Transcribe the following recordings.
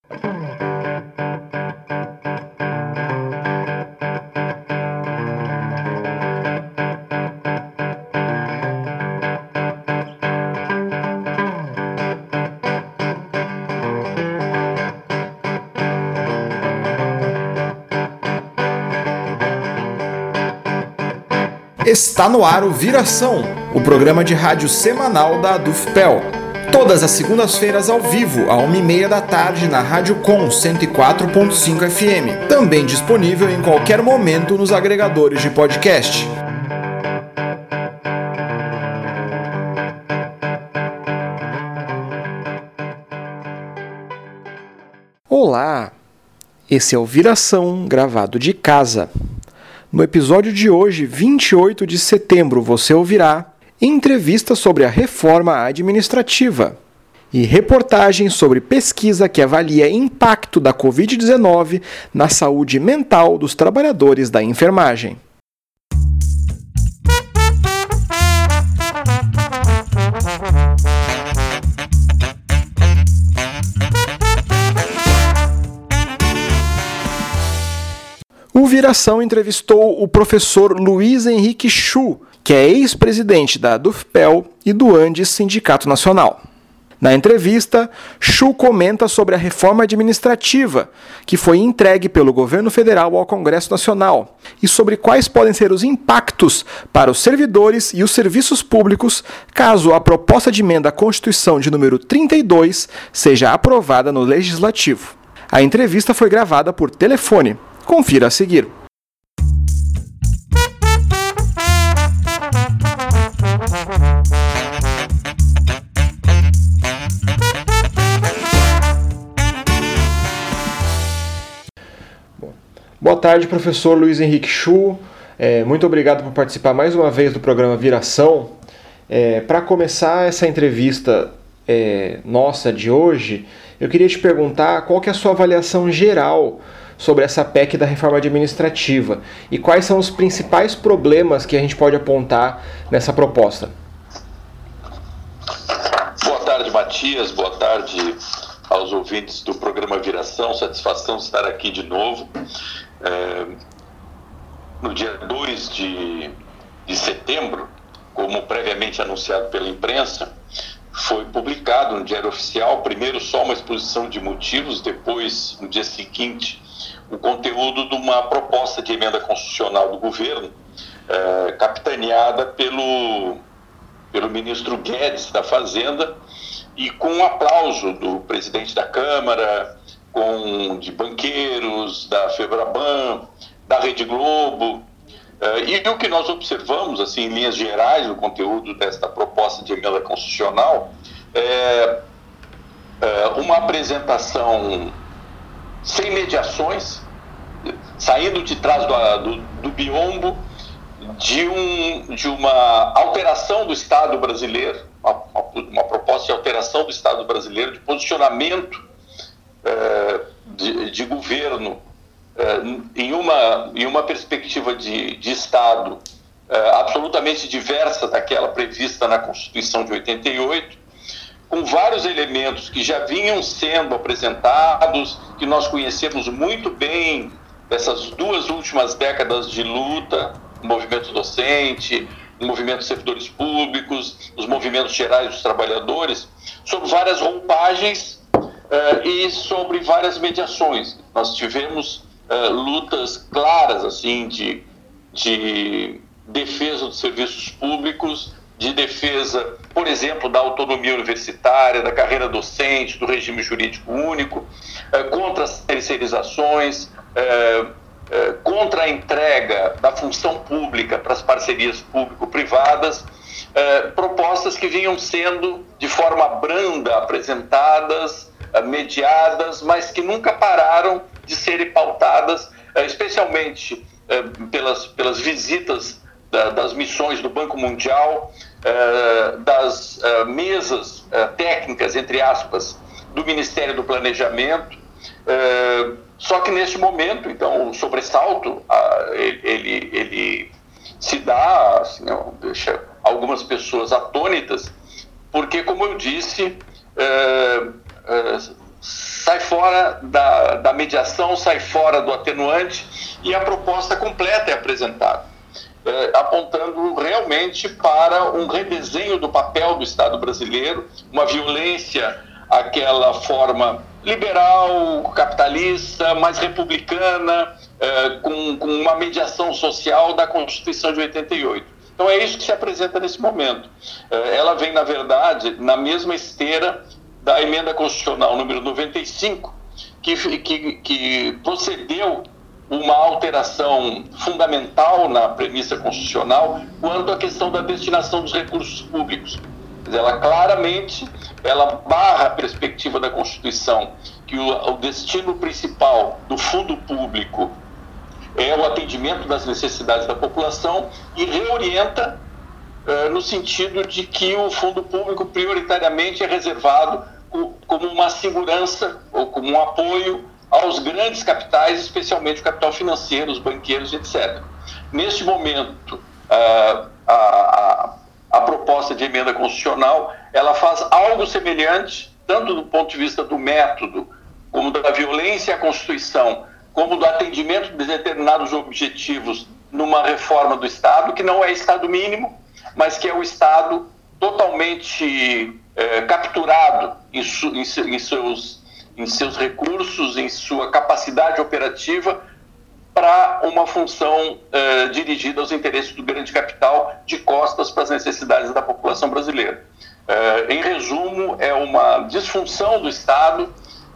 Está no ar o Viração, o programa de rádio semanal da Dufpel. Todas as segundas-feiras ao vivo, à 1h30 da tarde, na Rádio Com 104.5 FM. Também disponível em qualquer momento nos agregadores de podcast. Olá, esse é o Viração, gravado de casa. No episódio de hoje, 28 de setembro, você ouvirá entrevista sobre a reforma administrativa e reportagem sobre pesquisa que avalia impacto da Covid-19 na saúde mental dos trabalhadores da enfermagem. O Viração entrevistou o professor Luiz Henrique Chu, que é ex-presidente da Dufpel e do Andes Sindicato Nacional. Na entrevista, Chu comenta sobre a reforma administrativa, que foi entregue pelo governo federal ao Congresso Nacional, e sobre quais podem ser os impactos para os servidores e os serviços públicos caso a proposta de emenda à Constituição de número 32 seja aprovada no Legislativo. A entrevista foi gravada por telefone. Confira a seguir. Boa tarde, professor Luiz Henrique Chu. Muito obrigado por participar mais uma vez do programa Viração. Para começar essa entrevista nossa de hoje, eu queria te perguntar qual que é a sua avaliação geral sobre essa PEC da reforma administrativa e quais são os principais problemas que a gente pode apontar nessa proposta. Boa tarde, Matias. Boa tarde aos ouvintes do programa Viração. Satisfação estar aqui de novo. No dia 2 de setembro, como previamente anunciado pela imprensa, foi publicado no Diário Oficial, primeiro só uma exposição de motivos, depois, no dia seguinte, o conteúdo de uma proposta de emenda constitucional do governo, capitaneada pelo ministro Guedes da Fazenda, e com o aplauso do presidente da Câmara, de banqueiros, da Febraban, da Rede Globo. E o que nós observamos, assim, em linhas gerais, do conteúdo desta proposta de emenda constitucional, é uma apresentação sem mediações, saindo de trás do biombo, de uma alteração do Estado brasileiro, uma proposta de alteração do Estado brasileiro, de posicionamento de governo em uma perspectiva de Estado absolutamente diversa daquela prevista na Constituição de 88, com vários elementos que já vinham sendo apresentados, que nós conhecemos muito bem dessas duas últimas décadas de luta, o movimento docente, o movimento dos servidores públicos, os movimentos gerais dos trabalhadores, sobre várias roupagens e sobre várias mediações. Nós tivemos lutas claras, assim, de defesa dos serviços públicos, de defesa, por exemplo, da autonomia universitária, da carreira docente, do regime jurídico único, contra as terceirizações, contra a entrega da função pública para as parcerias público-privadas, propostas que vinham sendo de forma branda apresentadas, mediadas, mas que nunca pararam de serem pautadas, especialmente pelas visitas das missões do Banco Mundial, das mesas técnicas, entre aspas, do Ministério do Planejamento. Só que neste momento, então, o sobressalto, ele se dá, assim, deixa algumas pessoas atônitas, porque, como eu disse, sai fora da mediação, sai fora do atenuante e a proposta completa é apresentada, apontando realmente para um redesenho do papel do Estado brasileiro, uma violência àquela forma liberal, capitalista, mais republicana, com uma mediação social da Constituição de 88. Então é isso que se apresenta nesse momento. Ela vem, na verdade, na mesma esteira da emenda constitucional número 95, que procedeu uma alteração fundamental na premissa constitucional quanto à questão da destinação dos recursos públicos. Ela claramente barra a perspectiva da Constituição que o destino principal do fundo público é o atendimento das necessidades da população e reorienta no sentido de que o fundo público prioritariamente é reservado como uma segurança ou como um apoio aos grandes capitais, especialmente o capital financeiro, os banqueiros, etc. Neste momento, a proposta de emenda constitucional, ela faz algo semelhante, tanto do ponto de vista do método, como da violência à Constituição, como do atendimento de determinados objetivos numa reforma do Estado, que não é Estado mínimo, mas que é o Estado totalmente capturado em seus recursos, em sua capacidade operativa, para uma função dirigida aos interesses do grande capital, de costas para as necessidades da população brasileira. Em resumo, é uma disfunção do Estado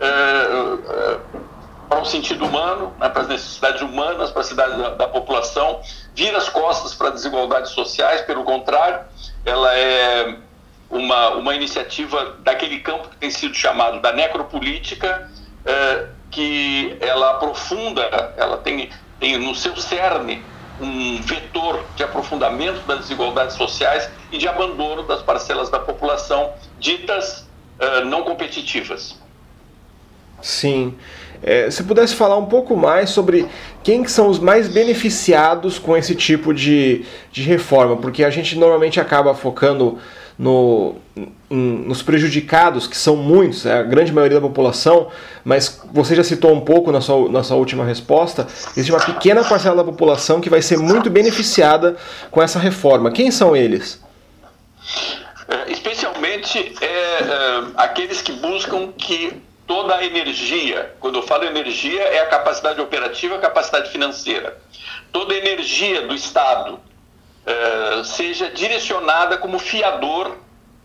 para o sentido humano, né, para as necessidades humanas, para a cidade da população, vira as costas para desigualdades sociais. Pelo contrário, ela é uma iniciativa daquele campo que tem sido chamado da necropolítica, que ela aprofunda, ela tem no seu cerne um vetor de aprofundamento das desigualdades sociais e de abandono das parcelas da população ditas não competitivas. Sim. Se pudesse falar um pouco mais sobre quem que são os mais beneficiados com esse tipo de reforma, porque a gente normalmente acaba focando nos prejudicados, que são muitos, a grande maioria da população, mas você já citou um pouco na sua última resposta, existe uma pequena parcela da população que vai ser muito beneficiada com essa reforma. Quem são eles? Especialmente aqueles que buscam que toda a energia, quando eu falo energia, é a capacidade operativa, a capacidade financeira. Toda a energia do Estado seja direcionada como fiador,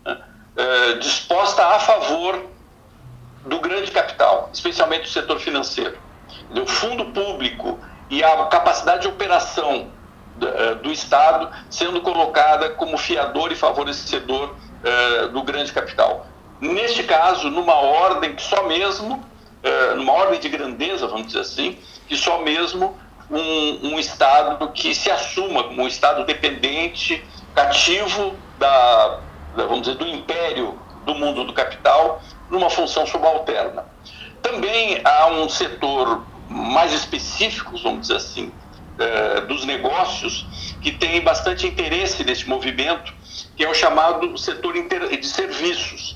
disposta a favor do grande capital, especialmente do setor financeiro. O fundo público e a capacidade de operação do Estado sendo colocada como fiador e favorecedor do grande capital. Neste caso, numa ordem que só mesmo, numa ordem de grandeza, vamos dizer assim, que só mesmo um Estado que se assuma como um Estado dependente, cativo vamos dizer, do império do mundo do capital, numa função subalterna. Também há um setor mais específico, vamos dizer assim, dos negócios, que tem bastante interesse nesse movimento, que é o chamado setor de serviços.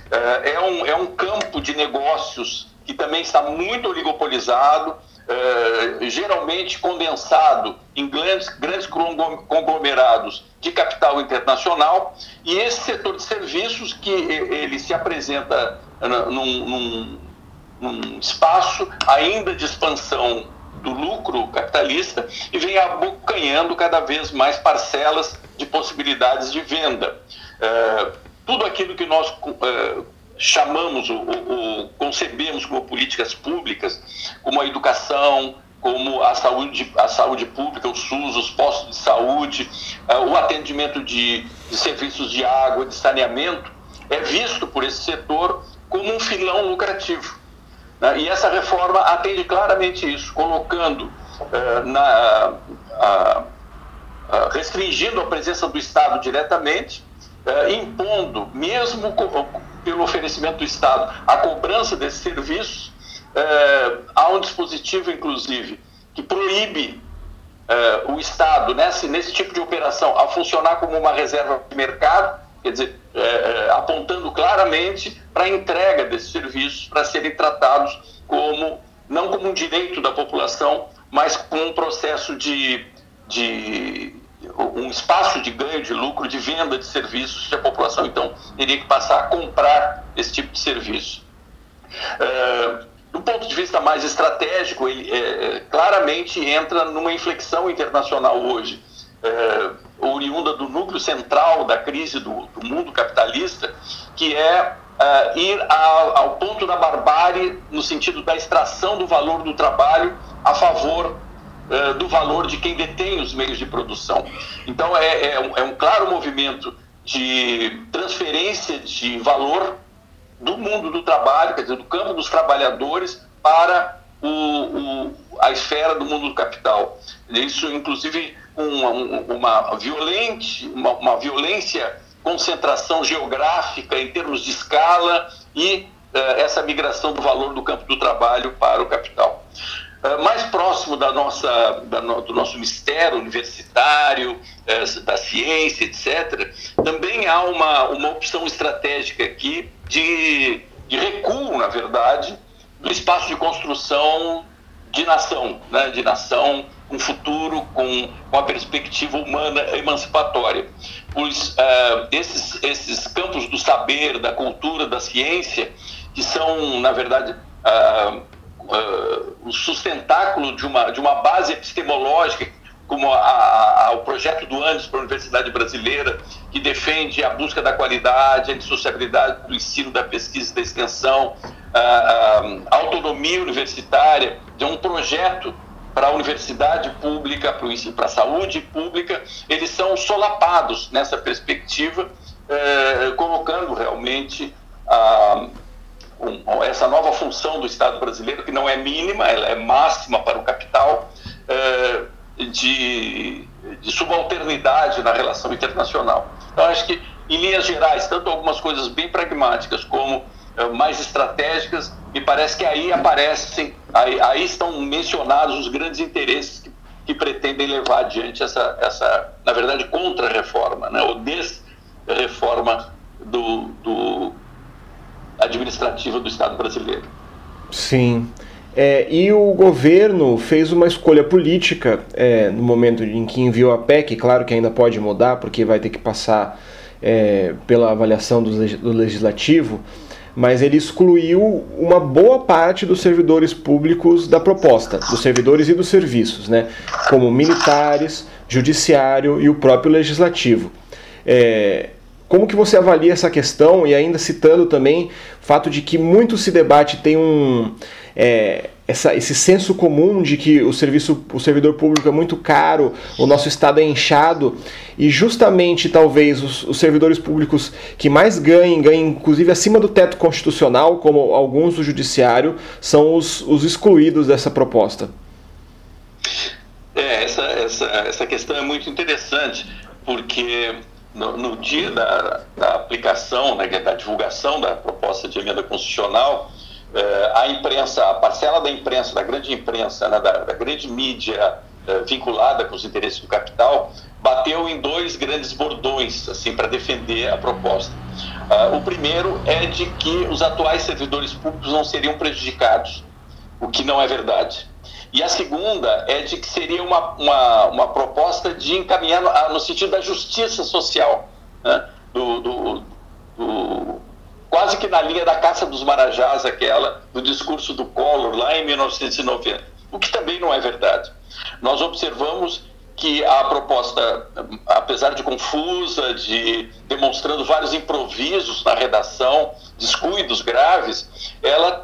É um campo de negócios que também está muito oligopolizado, geralmente condensado em grandes conglomerados de capital internacional, e esse setor de serviços que ele se apresenta num espaço ainda de expansão do lucro capitalista e vem abocanhando cada vez mais parcelas de possibilidades de venda. Tudo aquilo que nós chamamos ou concebemos como políticas públicas, como a educação, como a saúde pública, o SUS, os postos de saúde, o atendimento de serviços de água, de saneamento, é visto por esse setor como um filão lucrativo. E essa reforma atende claramente isso, colocando, restringindo a presença do Estado diretamente, impondo, mesmo pelo oferecimento do Estado, a cobrança desses serviços. Há um dispositivo, inclusive, que proíbe o Estado, nesse tipo de operação, a funcionar como uma reserva de mercado, quer dizer, apontando claramente para a entrega desses serviços para serem tratados não como um direito da população, mas como um processo um espaço de ganho, de lucro, de venda de serviços que a população, então, teria que passar a comprar esse tipo de serviço. Do ponto de vista mais estratégico, ele claramente entra numa inflexão internacional hoje, oriunda do núcleo central da crise do mundo capitalista, que é ir ao ponto da barbárie, no sentido da extração do valor do trabalho a favor do valor de quem detém os meios de produção. Então, é um claro movimento de transferência de valor do mundo do trabalho, quer dizer, do campo dos trabalhadores para a esfera do mundo do capital. Isso, inclusive, uma violência concentração geográfica em termos de escala e essa migração do valor do campo do trabalho para o capital. Mais próximo do nosso mistério universitário, da ciência, etc., também há uma opção estratégica aqui de recuo, na verdade, do espaço de construção de nação, né? De nação com futuro, com uma perspectiva humana emancipatória. Pois esses campos do saber, da cultura, da ciência, que são, na verdade, o sustentáculo de uma base epistemológica, como o projeto do Andes para a Universidade Brasileira, que defende a busca da qualidade, a indissociabilidade do ensino, da pesquisa e da extensão, a autonomia universitária, de um projeto para a universidade pública, para a saúde pública, eles são solapados nessa perspectiva, colocando realmente essa nova função do Estado brasileiro, que não é mínima, ela é máxima para o capital, de subalternidade na relação internacional. Então, acho que, em linhas gerais, tanto algumas coisas bem pragmáticas como mais estratégicas, me parece que aí aí estão mencionados os grandes interesses que pretendem levar adiante essa na verdade, contra-reforma, né, ou des-reforma administrativa do Estado brasileiro. Sim. E o governo fez uma escolha política no momento em que enviou a PEC, claro que ainda pode mudar, porque vai ter que passar pela avaliação do Legislativo, mas ele excluiu uma boa parte dos servidores públicos da proposta, dos servidores e dos serviços, né, como militares, judiciário e o próprio Legislativo. Como que você avalia essa questão, e ainda citando também o fato de que muito se debate, tem esse senso comum de que o servidor público é muito caro, o nosso Estado é inchado, e justamente talvez os servidores públicos que mais ganhem inclusive acima do teto constitucional, como alguns do judiciário, são os excluídos dessa proposta. Essa questão é muito interessante, porque no dia da aplicação, né, da divulgação da proposta de emenda constitucional, a imprensa, a parcela da imprensa, da grande imprensa, né, da grande mídia vinculada com os interesses do capital, bateu em dois grandes bordões assim, para defender a proposta. O primeiro é de que os atuais servidores públicos não seriam prejudicados, o que não é verdade. E a segunda é de que seria uma proposta de encaminhar no sentido da justiça social, né? Quase que na linha da caça dos marajás, aquela do discurso do Collor lá em 1990, o que também não é verdade. Nós observamos que a proposta, apesar de confusa, demonstrando vários improvisos na redação, descuidos graves, ela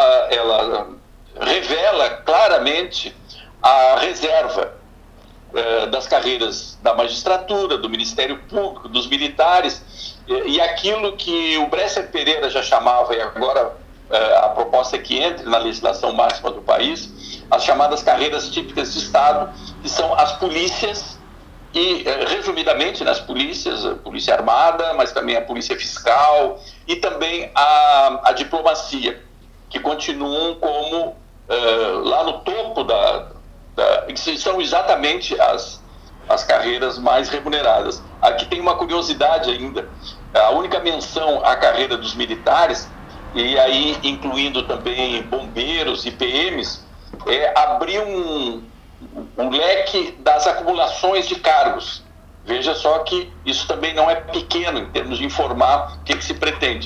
revela claramente a reserva das carreiras da magistratura, do Ministério Público, dos militares, e aquilo que o Bresser Pereira já chamava, e agora a proposta é que entre na legislação máxima do país, as chamadas carreiras típicas de Estado, que são as polícias, e resumidamente nas polícias, a polícia armada, mas também a polícia fiscal, e também a diplomacia, que continuam como lá no topo que são exatamente as carreiras mais remuneradas. Aqui tem uma curiosidade ainda, a única menção à carreira dos militares, e aí incluindo também bombeiros e PMs, é abrir um leque das acumulações de cargos. Veja só que isso também não é pequeno em termos de informar o que se pretende.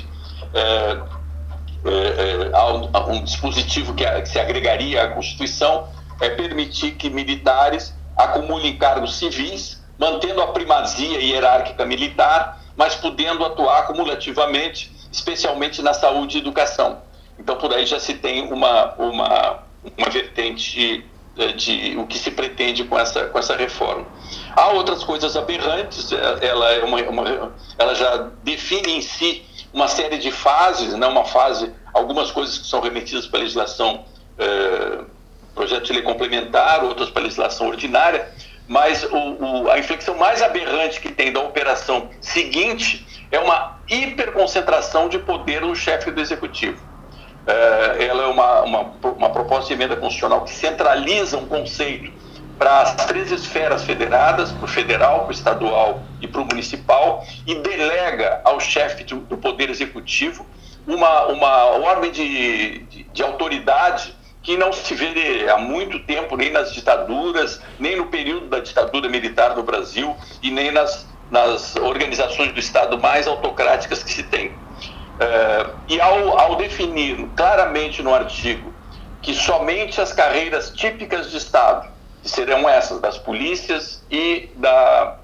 Há um dispositivo que se agregaria à Constituição, é permitir que militares acumulem cargos civis, mantendo a primazia hierárquica militar, mas podendo atuar acumulativamente, especialmente na saúde e educação. Então, por aí já se tem uma vertente de o que se pretende com essa reforma. Há outras coisas aberrantes, ela já define em si uma série de fases, né? Algumas coisas que são remetidas para a legislação, projeto de lei complementar, outras para a legislação ordinária, mas a inflexão mais aberrante que tem da operação seguinte é uma hiperconcentração de poder no chefe do executivo. Ela é uma proposta de emenda constitucional que centraliza um conceito para as 3 esferas federadas, para o federal, para o estadual e para o municipal, e delega ao chefe do poder executivo uma ordem de autoridade que não se vê há muito tempo, nem nas ditaduras, nem no período da ditadura militar no Brasil, e nem nas organizações do Estado mais autocráticas que se tem. E ao definir claramente no artigo que somente as carreiras típicas de Estado, que serão essas das polícias e da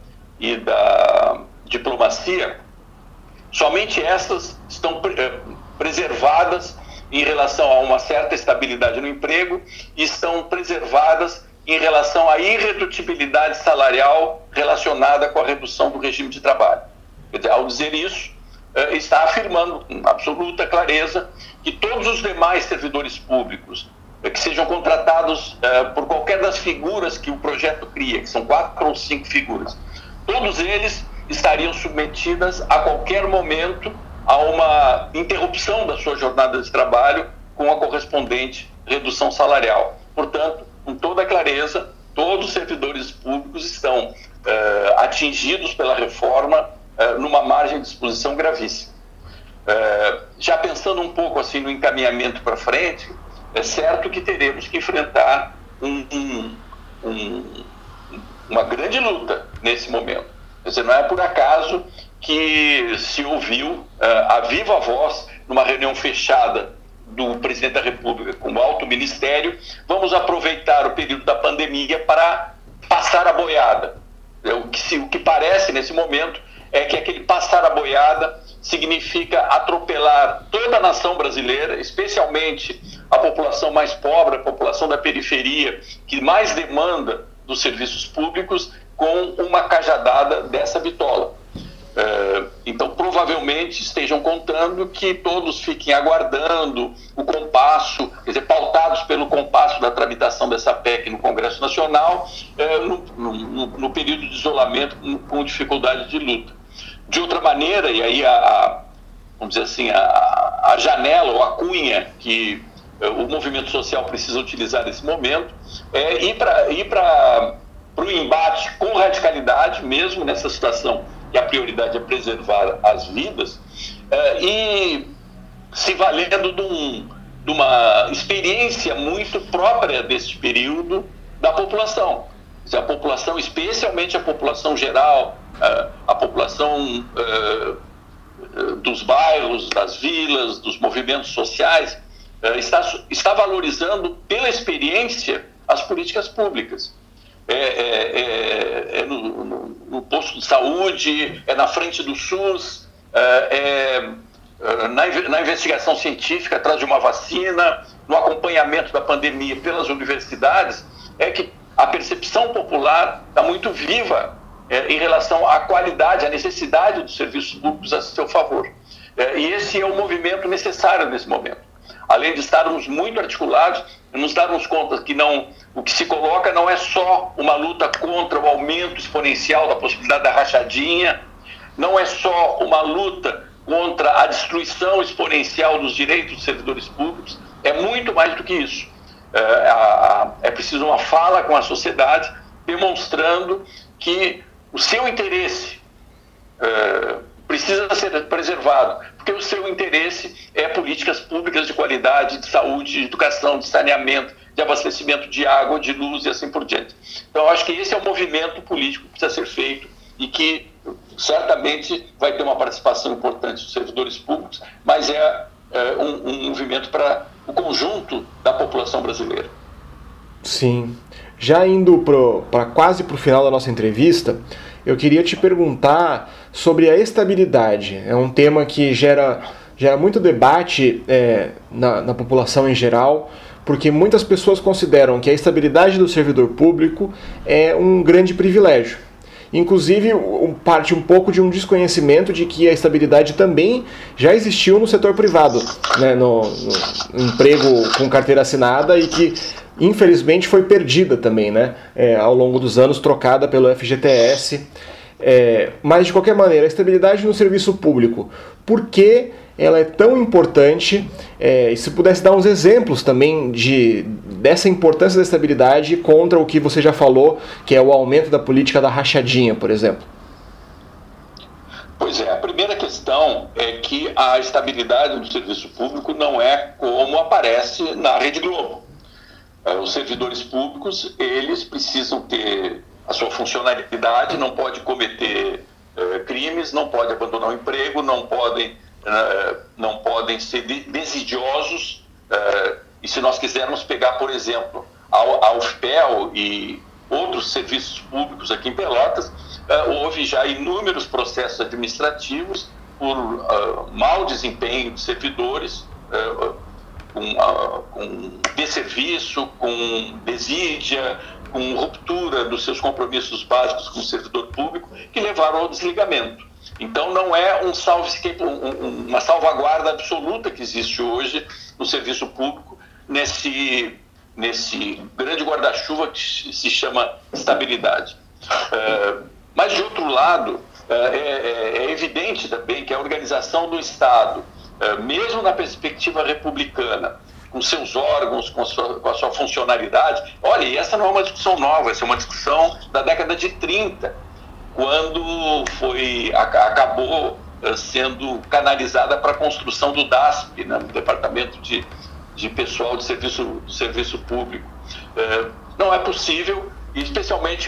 diplomacia, somente essas estão preservadas em relação a uma certa estabilidade no emprego e estão preservadas em relação à irredutibilidade salarial relacionada com a redução do regime de trabalho. Quer dizer, ao dizer isso, está afirmando com absoluta clareza que todos os demais servidores públicos que sejam contratados por qualquer das figuras que o projeto cria, que são 4 ou 5 figuras, todos eles estariam submetidas a qualquer momento a uma interrupção da sua jornada de trabalho com a correspondente redução salarial. Portanto, com toda clareza, todos os servidores públicos estão atingidos pela reforma numa margem de exposição gravíssima. Já pensando um pouco assim no encaminhamento para frente, é certo que teremos que enfrentar uma grande luta nesse momento. Quer dizer, não é por acaso que se ouviu a viva voz numa reunião fechada do presidente da República com o alto ministério: vamos aproveitar o período da pandemia para passar a boiada. O que parece nesse momento é que aquele passar a boiada significa atropelar toda a nação brasileira, especialmente a população mais pobre, a população da periferia, que mais demanda dos serviços públicos, com uma cajadada dessa bitola. Então, provavelmente estejam contando que todos fiquem aguardando o compasso, quer dizer, pautados pelo compasso da tramitação dessa PEC no Congresso Nacional, no período de isolamento com dificuldade de luta. De outra maneira, e aí vamos dizer assim, a janela ou a cunha que o movimento social precisa utilizar nesse momento é ir para o embate com radicalidade, mesmo nessa situação que a prioridade é preservar as vidas, e se valendo de uma experiência muito própria deste período da população. A população, especialmente a população geral, a população dos bairros, das vilas, dos movimentos sociais, está valorizando pela experiência as políticas públicas. No posto de saúde, na frente do SUS, na investigação científica atrás de uma vacina, no acompanhamento da pandemia pelas universidades, que a percepção popular está muito viva em relação à qualidade, à necessidade dos serviços públicos a seu favor. E esse é o movimento necessário nesse momento. Além de estarmos muito articulados, nos darmos conta que o que se coloca não é só uma luta contra o aumento exponencial da possibilidade da rachadinha, não é só uma luta contra a destruição exponencial dos direitos dos servidores públicos, é muito mais do que isso. É preciso uma fala com a sociedade, demonstrando que o seu interesse precisa ser preservado, porque o seu interesse é políticas públicas de qualidade, de saúde, de educação, de saneamento, de abastecimento de água, de luz e assim por diante. Então, eu acho que esse é o movimento político que precisa ser feito e que certamente vai ter uma participação importante dos servidores públicos, mas é um movimento para o conjunto da população brasileira. Sim. Já indo quase para o final da nossa entrevista, eu queria te perguntar sobre a estabilidade. É um tema que gera muito debate na população em geral, porque muitas pessoas consideram que a estabilidade do servidor público é um grande privilégio. Inclusive, parte um pouco de um desconhecimento de que a estabilidade também já existiu no setor privado, né, no emprego com carteira assinada, e que infelizmente foi perdida também, né, ao longo dos anos, trocada pelo FGTS. Mas, de qualquer maneira, a estabilidade no serviço público, por que ela é tão importante? E se pudesse dar uns exemplos também dessa importância da estabilidade contra o que você já falou, que é o aumento da política da rachadinha, por exemplo. Pois é, a primeira questão é que a estabilidade do serviço público não é como aparece na Rede Globo. Os servidores públicos, eles precisam ter a sua funcionalidade, não pode cometer crimes, não pode abandonar o emprego, não podem ser desidiosos. E se nós quisermos pegar, por exemplo, a UFPEL e outros serviços públicos aqui em Pelotas, houve já inúmeros processos administrativos por mau desempenho de servidores, com desserviço, com desídia, com ruptura dos seus compromissos básicos com o servidor público, que levaram ao desligamento. Então, não é uma salvaguarda absoluta que existe hoje no serviço público, nesse grande guarda-chuva que se chama estabilidade. Mas, de outro lado, é evidente também que a organização do Estado, mesmo na perspectiva republicana, com seus órgãos, com a sua funcionalidade. Olha, e essa não é uma discussão nova, essa é uma discussão da década de 30, quando acabou sendo canalizada para a construção do DASP, né, do Departamento de Pessoal de Serviço Público. Não é possível, especialmente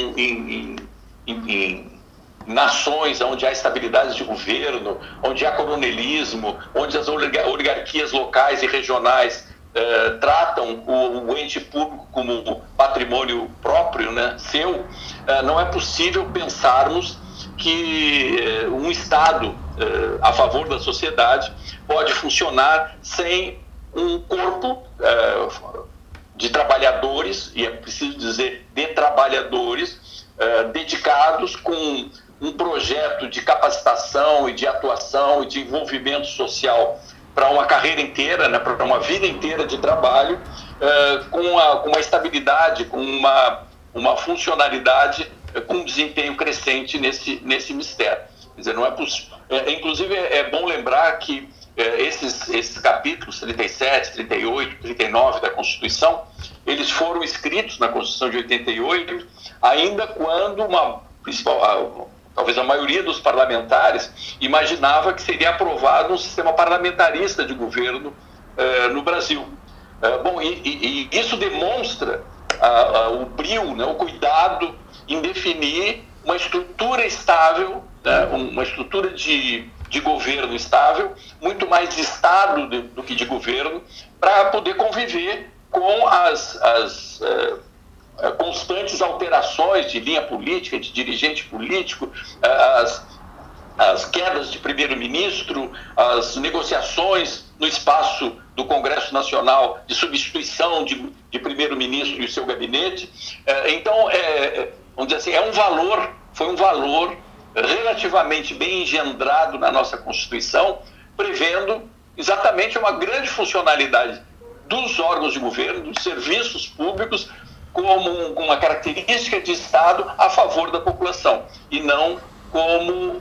em nações onde há estabilidade de governo, onde há coronelismo, onde as oligarquias locais e regionais tratam o ente público como patrimônio próprio, né, seu, não é possível pensarmos que um Estado a favor da sociedade pode funcionar sem um corpo de trabalhadores, e é preciso dizer de trabalhadores, dedicados com um projeto de capacitação e de atuação e de envolvimento social para uma carreira inteira, né, para uma vida inteira de trabalho, com uma estabilidade, com uma funcionalidade, com um desempenho crescente nesse mistério. Quer dizer, não é possível. Inclusive, é bom lembrar que esses capítulos 37, 38, 39 da Constituição, eles foram escritos na Constituição de 88, ainda quando talvez a maioria dos parlamentares imaginava que seria aprovado um sistema parlamentarista de governo no Brasil. Bom, e isso demonstra o brio, né, o cuidado em definir uma estrutura estável, né, uma estrutura de governo estável, muito mais de Estado do que de governo, para poder conviver com as constantes alterações de linha política, de dirigente político, as quedas de primeiro-ministro, as negociações no espaço do Congresso Nacional de substituição de primeiro-ministro e o seu gabinete. Então, vamos dizer assim, foi um valor relativamente bem engendrado na nossa Constituição, prevendo exatamente uma grande funcionalidade dos órgãos de governo, dos serviços públicos, como uma característica de Estado a favor da população, e não como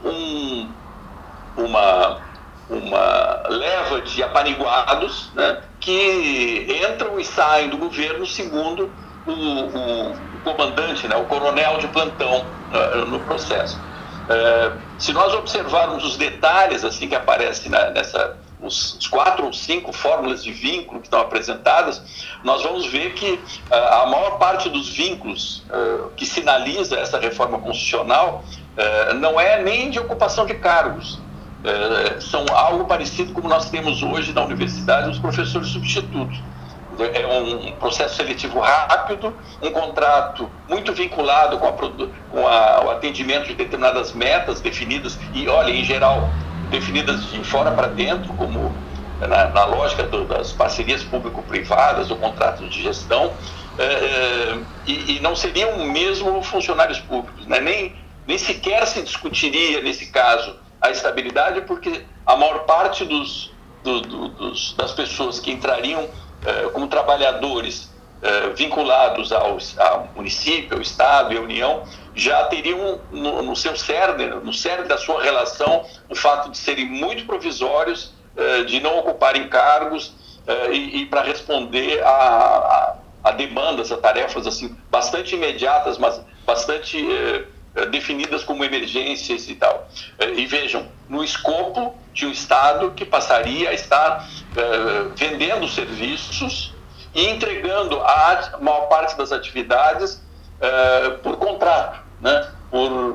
uma leva de apaniguados, né, que entram e saem do governo segundo o comandante, né, o coronel de plantão no processo. Se nós observarmos os detalhes assim que aparecem os 4 ou 5 fórmulas de vínculo que estão apresentadas, nós vamos ver que a maior parte dos vínculos que sinaliza essa reforma constitucional não é nem de ocupação de cargos, são algo parecido como nós temos hoje na universidade os professores substitutos. É um processo seletivo rápido, um contrato muito vinculado com o atendimento de determinadas metas definidas, e olha, em geral, definidas de fora para dentro, como na lógica das parcerias público-privadas ou contratos de gestão, e não seriam mesmo funcionários públicos, né? Nem sequer se discutiria, nesse caso, a estabilidade, porque a maior parte das pessoas que entrariam como trabalhadores vinculados ao município, ao Estado e à União, já teriam no seu cerne, no cerne da sua relação, o fato de serem muito provisórios, de não ocuparem cargos e para responder a demandas, a tarefas assim, bastante imediatas, mas bastante definidas como emergências e tal. E vejam, no escopo de um Estado que passaria a estar vendendo serviços e entregando a maior parte das atividades por contrato, né? por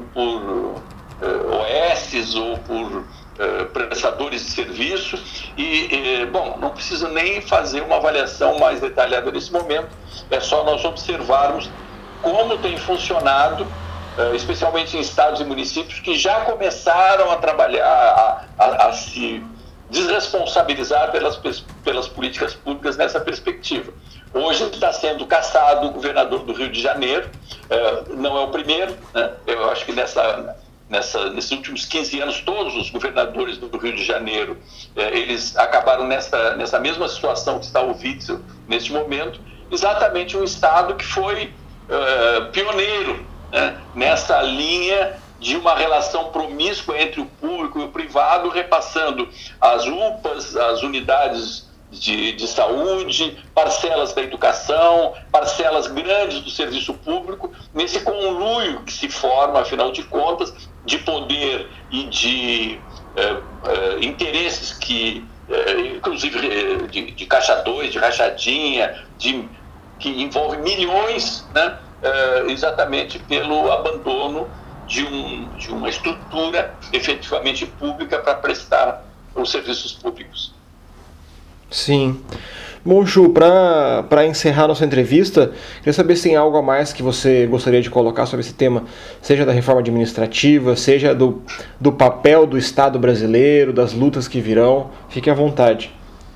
OS ou por prestadores de serviço bom, não precisa nem fazer uma avaliação mais detalhada nesse momento, é só nós observarmos como tem funcionado, especialmente em estados e municípios que já começaram a trabalhar, a se desresponsabilizar pelas políticas públicas nessa perspectiva. Hoje está sendo cassado o governador do Rio de Janeiro, não é o primeiro, né? Eu acho que nesses últimos 15 anos, todos os governadores do Rio de Janeiro, eles acabaram nessa mesma situação que está o Witzel neste momento, exatamente um estado que foi pioneiro, né, nessa linha de uma relação promíscua entre o público e o privado, repassando as UPAs, as unidades de saúde, parcelas da educação, parcelas grandes do serviço público, nesse conluio que se forma, afinal de contas, de poder e de interesses que, inclusive de caixa 2, de rachadinha, que envolve milhões, né, exatamente pelo abandono de uma estrutura efetivamente pública para prestar os serviços públicos. Sim. Bom, Chu, para encerrar nossa entrevista, queria saber se tem algo a mais que você gostaria de colocar sobre esse tema, seja da reforma administrativa, seja do papel do Estado brasileiro, das lutas que virão. Fique à vontade.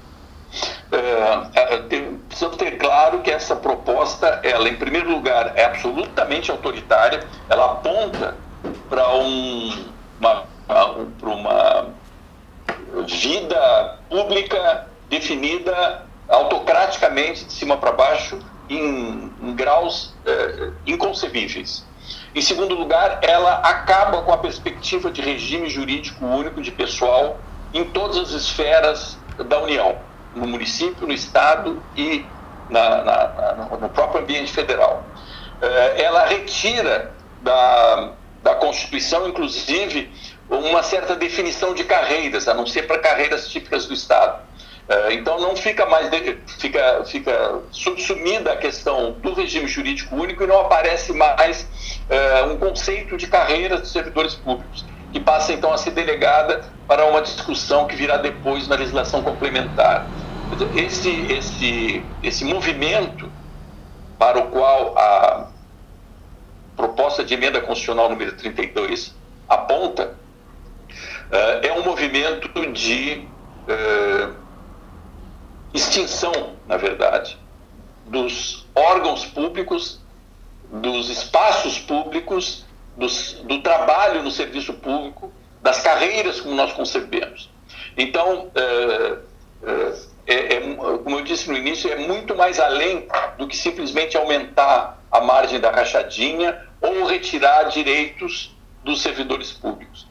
Precisamos ter claro que essa proposta, ela, em primeiro lugar, é absolutamente autoritária, ela aponta para uma vida pública definida autocraticamente, de cima para baixo, em graus inconcebíveis. Em segundo lugar, ela acaba com a perspectiva de regime jurídico único de pessoal em todas as esferas da União, no município, no Estado e no próprio ambiente federal. Ela retira da Constituição, inclusive, uma certa definição de carreiras, a não ser para carreiras típicas do Estado. Então não fica mais, fica subsumida a questão do regime jurídico único e não aparece mais um conceito de carreiras dos servidores públicos, que passa então a ser delegada para uma discussão que virá depois na legislação complementar. Esse movimento para o qual a proposta de emenda constitucional número 32 aponta é um movimento de extinção, na verdade, dos órgãos públicos, dos espaços públicos, do trabalho no serviço público, das carreiras como nós concebemos. Então, como eu disse no início, é muito mais além do que simplesmente aumentar a margem da rachadinha ou retirar direitos dos servidores públicos.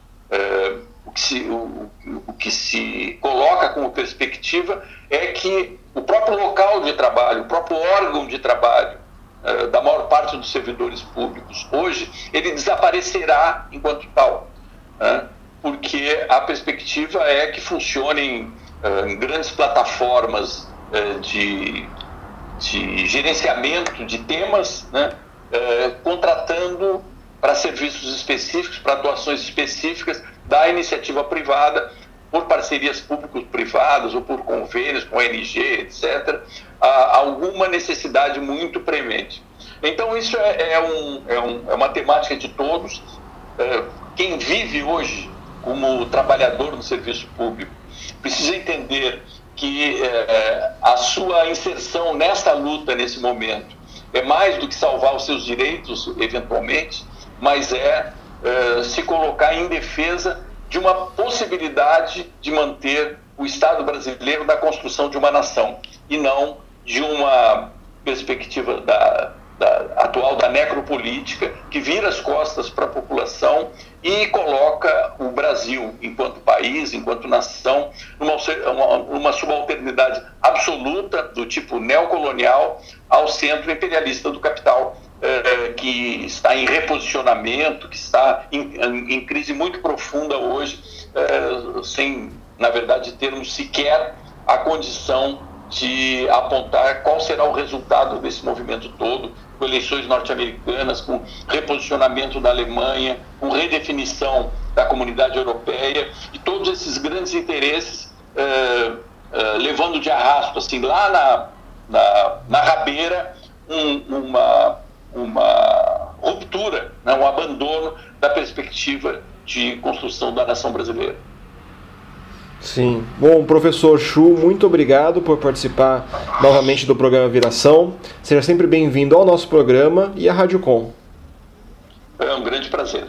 O que se coloca como perspectiva é que o próprio local de trabalho, o próprio órgão de trabalho da maior parte dos servidores públicos hoje, ele desaparecerá enquanto tal, porque a perspectiva é que funcionem em grandes plataformas de gerenciamento de temas, contratando para serviços específicos, para atuações específicas da iniciativa privada, por parcerias público-privadas ou por convênios com ONG, etc., alguma necessidade muito premente. Então, isso é uma temática de todos. Quem vive hoje como trabalhador no serviço público precisa entender que a sua inserção nessa luta, nesse momento, é mais do que salvar os seus direitos, eventualmente, mas se colocar em defesa de uma possibilidade de manter o Estado brasileiro na construção de uma nação, e não de uma perspectiva atual da necropolítica, que vira as costas para a população e coloca o Brasil, enquanto país, enquanto nação, numa subalternidade absoluta do tipo neocolonial ao centro imperialista do capital, que está em reposicionamento, que está em crise muito profunda hoje, sem, na verdade, termos sequer a condição de apontar qual será o resultado desse movimento todo, com eleições norte-americanas, com reposicionamento da Alemanha, com redefinição da comunidade europeia, e todos esses grandes interesses levando de arrasto, assim, lá na rabeira, uma ruptura, um abandono da perspectiva de construção da nação brasileira. Sim. Bom, professor Chu, muito obrigado por participar novamente do programa Viração. Seja sempre bem-vindo ao nosso programa e à Rádio Com. É um grande prazer.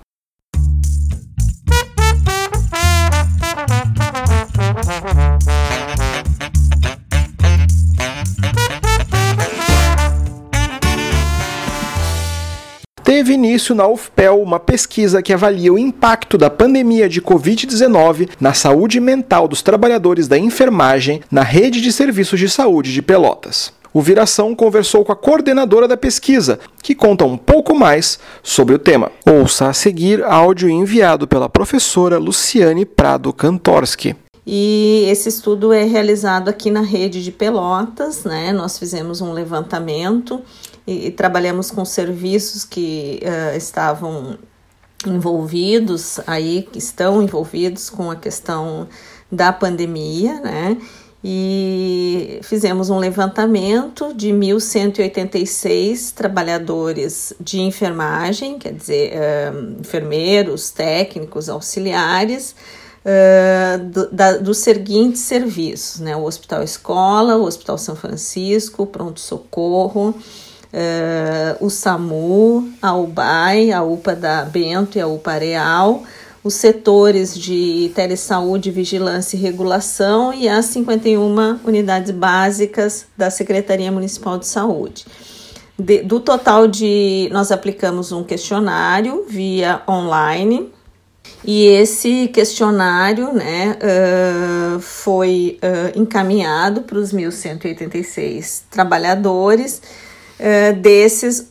Teve início na UFPEL uma pesquisa que avalia o impacto da pandemia de Covid-19 na saúde mental dos trabalhadores da enfermagem na rede de serviços de saúde de Pelotas. O Viração conversou com a coordenadora da pesquisa, que conta um pouco mais sobre o tema. Ouça a seguir áudio enviado pela professora Luciane Prado Kantorski. E esse estudo é realizado aqui na rede de Pelotas, né? Nós fizemos um levantamento e trabalhamos com serviços que estavam envolvidos aí, que estão envolvidos com a questão da pandemia, né? E fizemos um levantamento de 1.186 trabalhadores de enfermagem, quer dizer, enfermeiros, técnicos, auxiliares, dos seguintes serviços, né? O Hospital Escola, o Hospital São Francisco, o Pronto-Socorro, o SAMU, a UBAI, a UPA da Bento e a UPA Areal, os setores de telesaúde, vigilância e regulação e as 51 unidades básicas da Secretaria Municipal de Saúde. Do total nós aplicamos um questionário via online, e esse questionário, né, foi encaminhado para os 1.186 trabalhadores. Desses,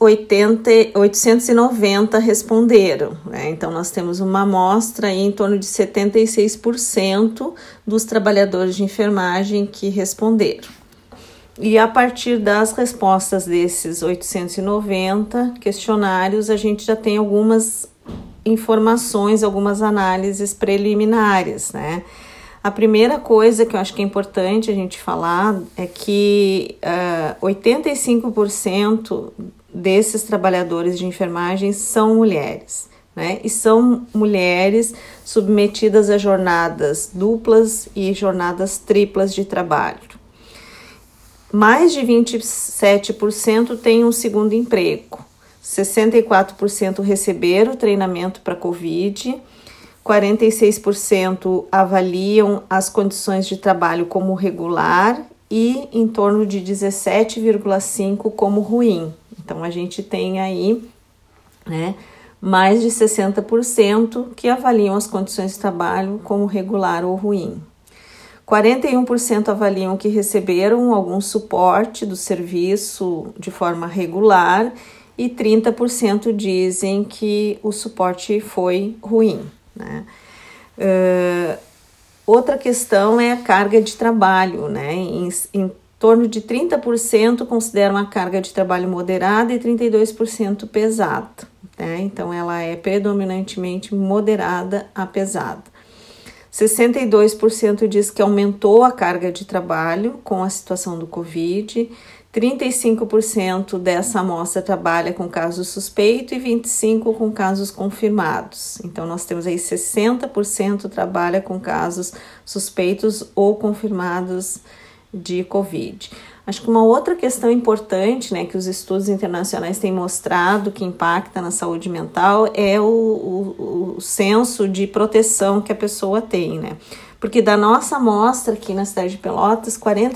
890 responderam, né? Então, nós temos uma amostra aí em torno de 76% dos trabalhadores de enfermagem que responderam. E a partir das respostas desses 890 questionários, a gente já tem algumas informações, algumas análises preliminares, né? A primeira coisa que eu acho que é importante a gente falar é que 85% desses trabalhadores de enfermagem são mulheres, né? E são mulheres submetidas a jornadas duplas e jornadas triplas de trabalho. Mais de 27% têm um segundo emprego, 64% receberam treinamento para Covid, 46% avaliam as condições de trabalho como regular e em torno de 17,5% como ruim. Então, a gente tem aí, né, mais de 60% que avaliam as condições de trabalho como regular ou ruim. 41% avaliam que receberam algum suporte do serviço de forma regular e 30% dizem que o suporte foi ruim, né? Outra questão é a carga de trabalho, né? Em torno de 30% consideram a carga de trabalho moderada e 32% pesada, né? Então, ela é predominantemente moderada a pesada. 62% diz que aumentou a carga de trabalho com a situação do Covid, 35% dessa amostra trabalha com casos suspeitos e 25% com casos confirmados. Então, nós temos aí 60% trabalha com casos suspeitos ou confirmados de Covid. Acho que uma outra questão importante, né, que os estudos internacionais têm mostrado que impacta na saúde mental é o senso de proteção que a pessoa tem, né? Porque da nossa amostra aqui na cidade de Pelotas,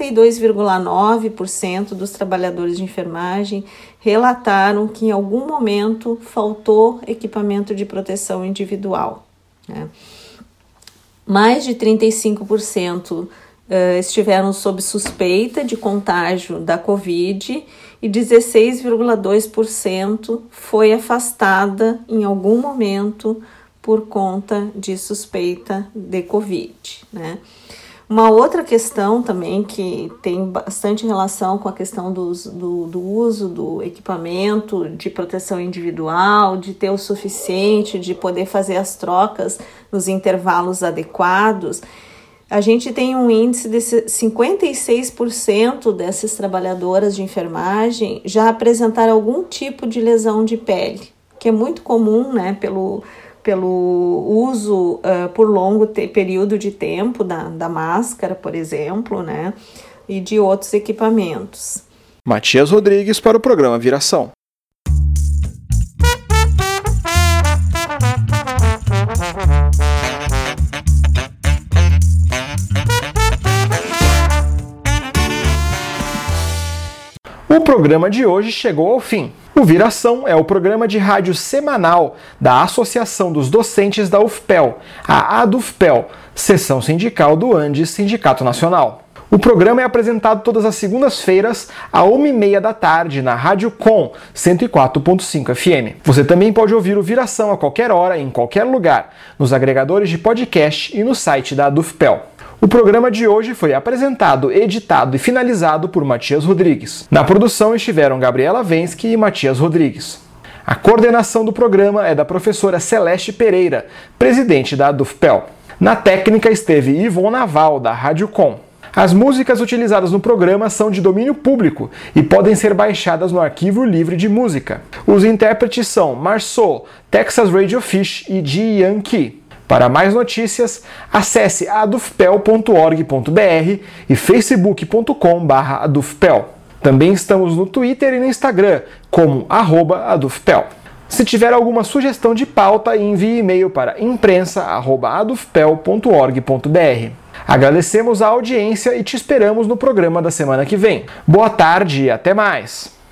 42,9% dos trabalhadores de enfermagem relataram que em algum momento faltou equipamento de proteção individual, né? Mais de 35% estiveram sob suspeita de contágio da Covid e 16,2% foi afastada em algum momento por conta de suspeita de Covid, né? Uma outra questão também que tem bastante relação com a questão do uso do equipamento de proteção individual, de ter o suficiente, de poder fazer as trocas nos intervalos adequados. A gente tem um índice de 56% dessas trabalhadoras de enfermagem já apresentaram algum tipo de lesão de pele, que é muito comum, né, pelo uso por longo período de tempo da máscara, por exemplo, né, e de outros equipamentos. Matias Rodrigues para o programa Viração. O programa de hoje chegou ao fim. O Viração é o programa de rádio semanal da Associação dos Docentes da UFPEL, a ADUFPEL, seção sindical do ANDES Sindicato Nacional. O programa é apresentado todas as segundas-feiras, às 1h30 da tarde, na Rádio Com 104.5 FM. Você também pode ouvir o Viração a qualquer hora, em qualquer lugar, nos agregadores de podcast e no site da ADUFPEL. O programa de hoje foi apresentado, editado e finalizado por Matias Rodrigues. Na produção estiveram Gabriela Vensky e Matias Rodrigues. A coordenação do programa é da professora Celeste Pereira, presidente da ADUFPEL. Na técnica esteve Ivon Naval, da Rádio Com. As músicas utilizadas no programa são de domínio público e podem ser baixadas no Arquivo Livre de Música. Os intérpretes são Marceau, Texas Radio Fish e Ji Yankee. Para mais notícias, acesse adufpel.org.br e facebook.com/adufpel. Também estamos no Twitter e no Instagram, como @adufpel. Se tiver alguma sugestão de pauta, envie e-mail para imprensa@adufpel.org.br. Agradecemos a audiência e te esperamos no programa da semana que vem. Boa tarde e até mais!